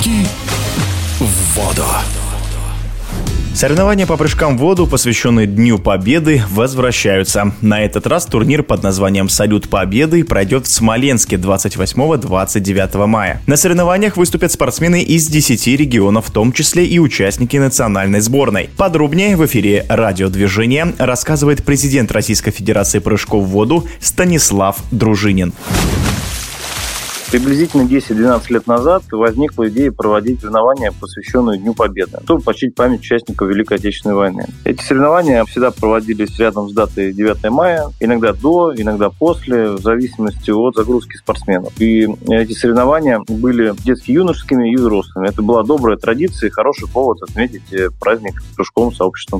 Прыжки в воду. Соревнования по прыжкам в воду, посвященные Дню Победы, возвращаются. На этот раз турнир под названием «Салют Победы» пройдет в Смоленске 28-29 мая. На соревнованиях выступят спортсмены из 10 регионов, в том числе и участники национальной сборной. Подробнее в эфире «Радиодвижение» рассказывает президент Российской Федерации прыжков в воду Станислав Дружинин. Приблизительно 10-12 лет назад возникла идея проводить соревнования, посвященные Дню Победы, чтобы почтить память участников Великой Отечественной войны. Эти соревнования всегда проводились рядом с датой 9 мая, иногда до, иногда после, в зависимости от загрузки спортсменов. И эти соревнования были детски-юношескими и взрослыми. Это была добрая традиция и хороший повод отметить праздник прыжковым сообществом.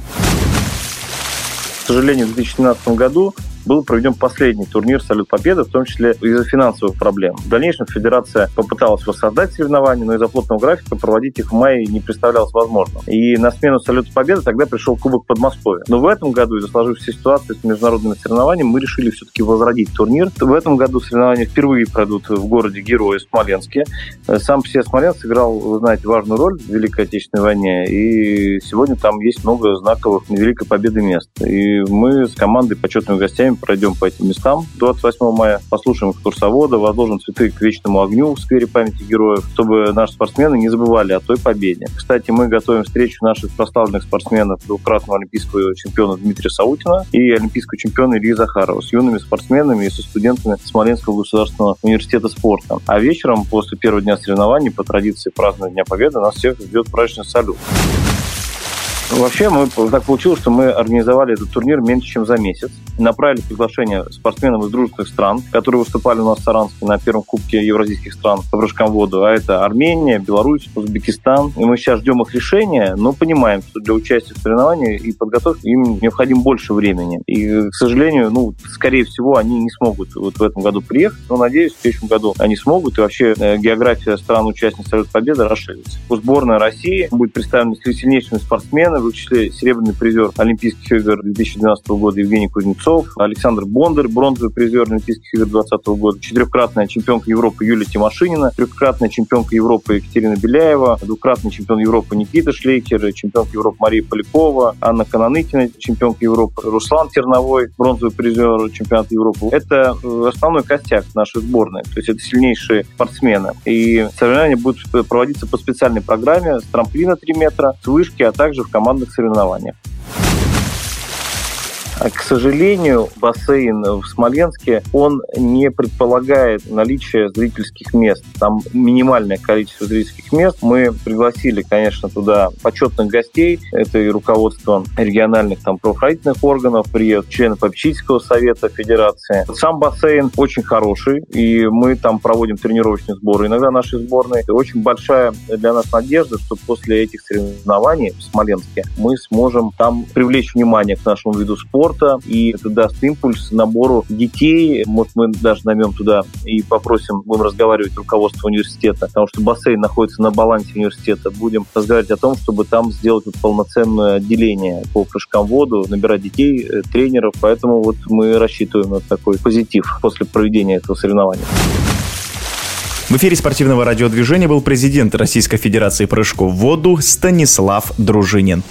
К сожалению, в 2017 году был проведен последний турнир «Салют Победы», в том числе из-за финансовых проблем. В дальнейшем федерация попыталась воссоздать соревнования, но из-за плотного графика проводить их в мае не представлялось возможным. И на смену «Салюту Победы» тогда пришел Кубок Подмосковья. Но в этом году, из-за сложившейся ситуации с международными соревнованиями, мы решили все-таки возродить турнир. В этом году соревнования впервые пройдут в городе-герое Смоленске. Сам по себе Смоленск сыграл, вы знаете, важную роль в Великой Отечественной войне, и сегодня там есть много знаковых Великой Победы мест. И мы с командой, почетными гостями пройдем по этим местам 28 мая, послушаем экскурсовода, возложим цветы к вечному огню в сквере памяти героев, чтобы наши спортсмены не забывали о той победе. Кстати, мы готовим встречу наших прославленных спортсменов, двукратного олимпийского чемпиона Дмитрия Саутина и олимпийского чемпиона Ильи Захарова с юными спортсменами и со студентами Смоленского государственного университета спорта. А вечером, после первого дня соревнований, по традиции празднования Дня Победы, нас всех ждет праздничный салют. Вообще, так получилось, что мы организовали этот турнир меньше, чем за месяц. Направили приглашение спортсменам из дружественных стран, которые выступали у нас в Саранске на первом Кубке евразийских стран по прыжкам в воду. А это Армения, Беларусь, Узбекистан. И мы сейчас ждем их решения, но понимаем, что для участия в соревнованиях и подготовки им необходимо больше времени. И, к сожалению, скорее всего, они не смогут в этом году приехать. Но, надеюсь, в следующем году они смогут. И вообще география стран-участниц Салюта Победы расширится. Сборная России будет представлена сильнейшими спортсменами, в том числе серебряный призер Олимпийских игр 2012 года Евгений Кузнецов, Александр Бондарь, бронзовый призер Олимпийских игр 2020 года, четырехкратная чемпионка Европы Юлия Тимошинина, трехкратная чемпионка Европы Екатерина Беляева, двукратный чемпион Европы Никита Шлейкер, чемпионка Европы Мария Полякова, Анна Кананыкина, чемпионка Европы, Руслан Терновой, бронзовый призер чемпионата Европы. Это основной костяк нашей сборной, то есть это сильнейшие спортсмены. И соревнования будут проводиться по специальной программе с трамплина 3 метра, с вышки, а также в командных соревнованиях. К сожалению, бассейн в Смоленске, он не предполагает наличие зрительских мест. Там минимальное количество зрительских мест. Мы пригласили, конечно, туда почетных гостей. Это и руководство региональных правоохранительных органов, приедут члены попечительского совета федерации. Сам бассейн очень хороший, и мы там проводим тренировочные сборы. Иногда наши сборные. Это очень большая для нас надежда, что после этих соревнований в Смоленске мы сможем там привлечь внимание к нашему виду спорта, и это даст импульс набору детей. Может, мы даже наймем туда и попросим, будем разговаривать с руководством университета, потому что бассейн находится на балансе университета. Будем разговаривать о том, чтобы там сделать полноценное отделение по прыжкам в воду, набирать детей, тренеров. Поэтому мы рассчитываем на такой позитив после проведения этого соревнования. В эфире спортивного радиодвижения был президент Российской Федерации прыжков в воду Станислав Дружинин.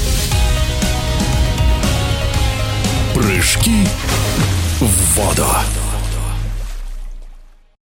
Прыжки в воду.